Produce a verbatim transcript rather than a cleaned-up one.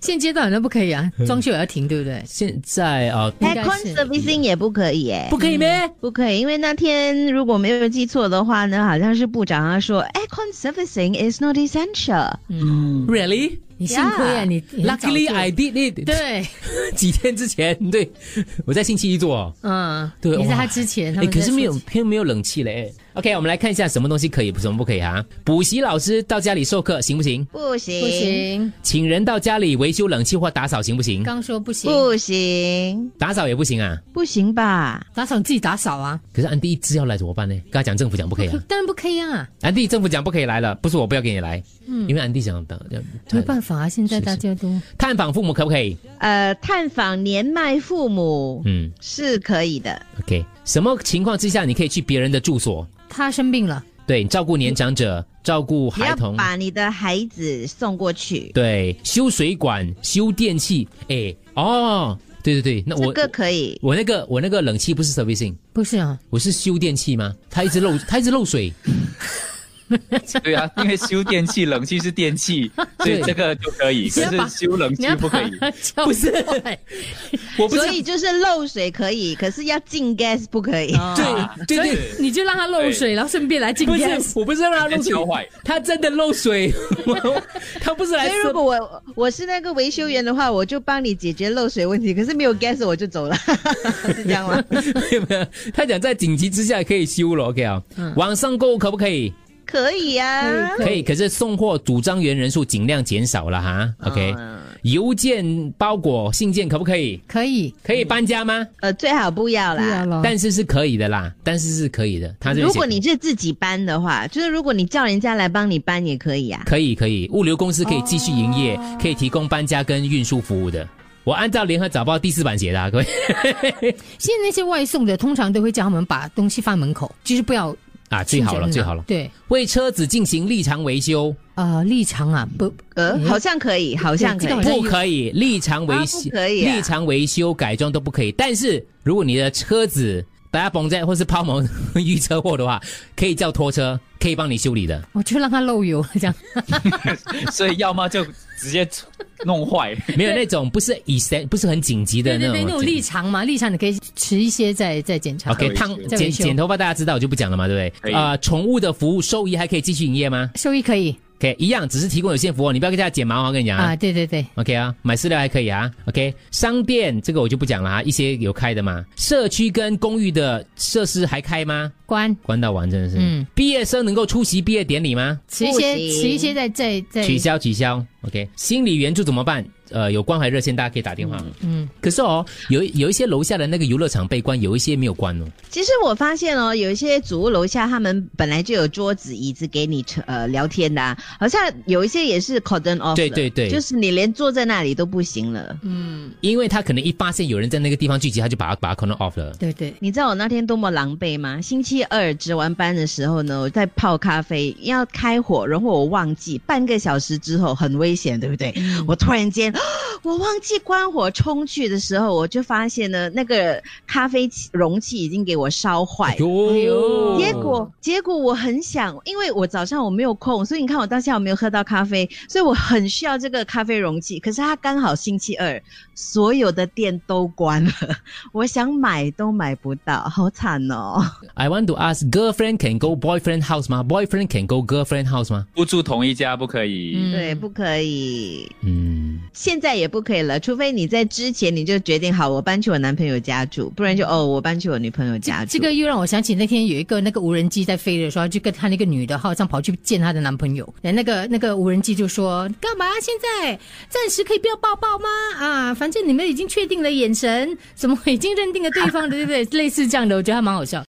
现阶段都不可以啊，装修也要停，对不对？ 现在啊， 应该是 Aircon servicing 也不可以耶， 不可以咩？ 不可以，因为那天如果没有记错的话呢，好像是部长他说 Aircon servicing is not essential。 嗯 ，Really？ 你幸亏啊， Yeah. 你你很早做 Luckily I did it。 对， 几天之前，对，我在星期一做哦。 嗯， 对， 你在哇他之前，他哎， 们在可是没有说偏没有冷气嘞。OK， 我们来看一下什么东西可以，什么不可以哈。补习老师到家里授课行不行？ 不行， 不，行， 请人到家里维修冷气或打扫行不行？ 刚说不行， 不行， 打扫也不行啊。 不行吧？ 打扫你自己打扫啊， 可是安迪一直要来怎么办呢？跟他讲政府讲不可以啊。 当然不可以啊， 安迪政府讲不可以来了，不是我不要给你来，嗯，因为安迪想等， 没办法啊，现在大家都探访父母可不可以？ 呃，探访年迈父母， 嗯是可以的。 ，OK， 什么情况之下你可以去别人的住所？ 他生病了， 对，照顾年长者，照顾你要孩童， 把你的孩子送过去， 对，修水管、修电器，哎，哦，对对对，那这我个可以。 我那个我那个冷气不是 servicing， 不是啊， 我是修电器吗？它一直漏，它一直漏水。 对啊，因为修电器，冷气是电器，所以这个就可以。可是修冷你要把气不可以。 它叫不是过来我不是所以就是漏水可以，可是要进 gas 不可以。 哦对对对， 你就让它漏水，然后顺便来进不是 gas。 我不是让它漏水先敲坏， 它真的漏水，我它不是来所以如果我我是那个维修员的话，我就帮你解决漏水问题。可是没有 gas 我就走了，是这样吗？ 没有没有，他讲在紧急之下可以修了 ，OK 啊。网上购物可不可以？ 可以啊， 可以，可是送货主张员人数尽量减少了哈。OK， 嗯邮件、包裹、信件可不可以？ 可以， 可以搬家吗？ 呃，最好不要啦。 不要了。 但是是可以的啦，但是是可以的。他这边写如果你是自己搬的话，就是如果你叫人家来帮你搬也可以啊。 可以可以，物流公司可以继续营业， 哦可以提供搬家跟运输服务的。我按照联合早报第四版写的啊，各位现在那些外送的通常都会叫他们把东西放门口，就是不要啊，最好了亲手拿最好了。 对， 为车子进行立场维修， 呃，立场啊，不， 呃，好像可以，好像可以这个好。像不可以立场维啊修， 不可以啊立场维修改装都不可以。但是如果你的车子大家崩在或是抛锚遇车祸的话，可以叫拖车，可以帮你修理的。 我就让它漏油这样。 所以要么就直接弄坏。 没有那种不是以前不是很紧急的对对对， 那种。 那种立场嘛，立场你可以迟一些再再检查。 OK， 维修烫剪再维修剪头发大家知道我就不讲了嘛，对不可以对？啊，宠物的服务兽医还可以继续营业吗收益可以 ？OK， 一样，只是提供有限服务，你不要跟大家剪毛啊，我跟你讲啊。 啊，对对对， OK 啊，买饲料还可以啊。OK， 商店这个我就不讲了啊，一些有开的嘛。社区跟公寓的设施还开吗？ 关关到完真的是。 嗯， 毕业生能够出席毕业典礼吗？ 迟一些， 不行迟一些再再再取消取消。OK， 心理援助怎么办？呃，有关怀热线，大家可以打电话。 嗯， 可是哦，有有一些楼下的那个游乐场被关，有一些没有关哦。 其实我发现哦，有一些祖屋楼下他们本来就有桌子椅子给你呃聊天的、啊，好像有一些也是 cordon off 了对对对就是你连坐在那里都不行了。 因为他可能一发现有人在那个地方聚集，他就把它把它 corner off 了。 对对， 你知道我那天多么狼狈吗？星期二值完班的时候呢，我在泡咖啡，要开火，然后我忘记，半个小时之后很危险，对不对？ 嗯我突然间我忘记关火，冲去的时候，我就发现呢，那个咖啡容器已经给我烧坏了。 哟结果，结果我很想，因为我早上我没有空，所以你看我到下午没有喝到咖啡，所以我很需要这个咖啡容器。可是它刚好星期二，所有的店都关了，我想买都买不到，好惨哦。 I want to ask, girlfriend can go boyfriend house 吗 ？Boyfriend can go girlfriend house 吗？ 不住同一家不可以。 嗯对，不可以， 嗯， 现在也不可以了，除非你在之前你就决定好，我搬去我男朋友家住，不然就哦，我搬去我女朋友家住。 这个又让我想起那天有一个那个无人机在飞的时候，就跟他那个女的好像跑去见她的男朋友，那个那个无人机就说干嘛？现在暂时可以不要抱抱吗？啊，反正你们已经确定了眼神，什么已经认定了对方的，对不对？类似这样的，我觉得还蛮好笑。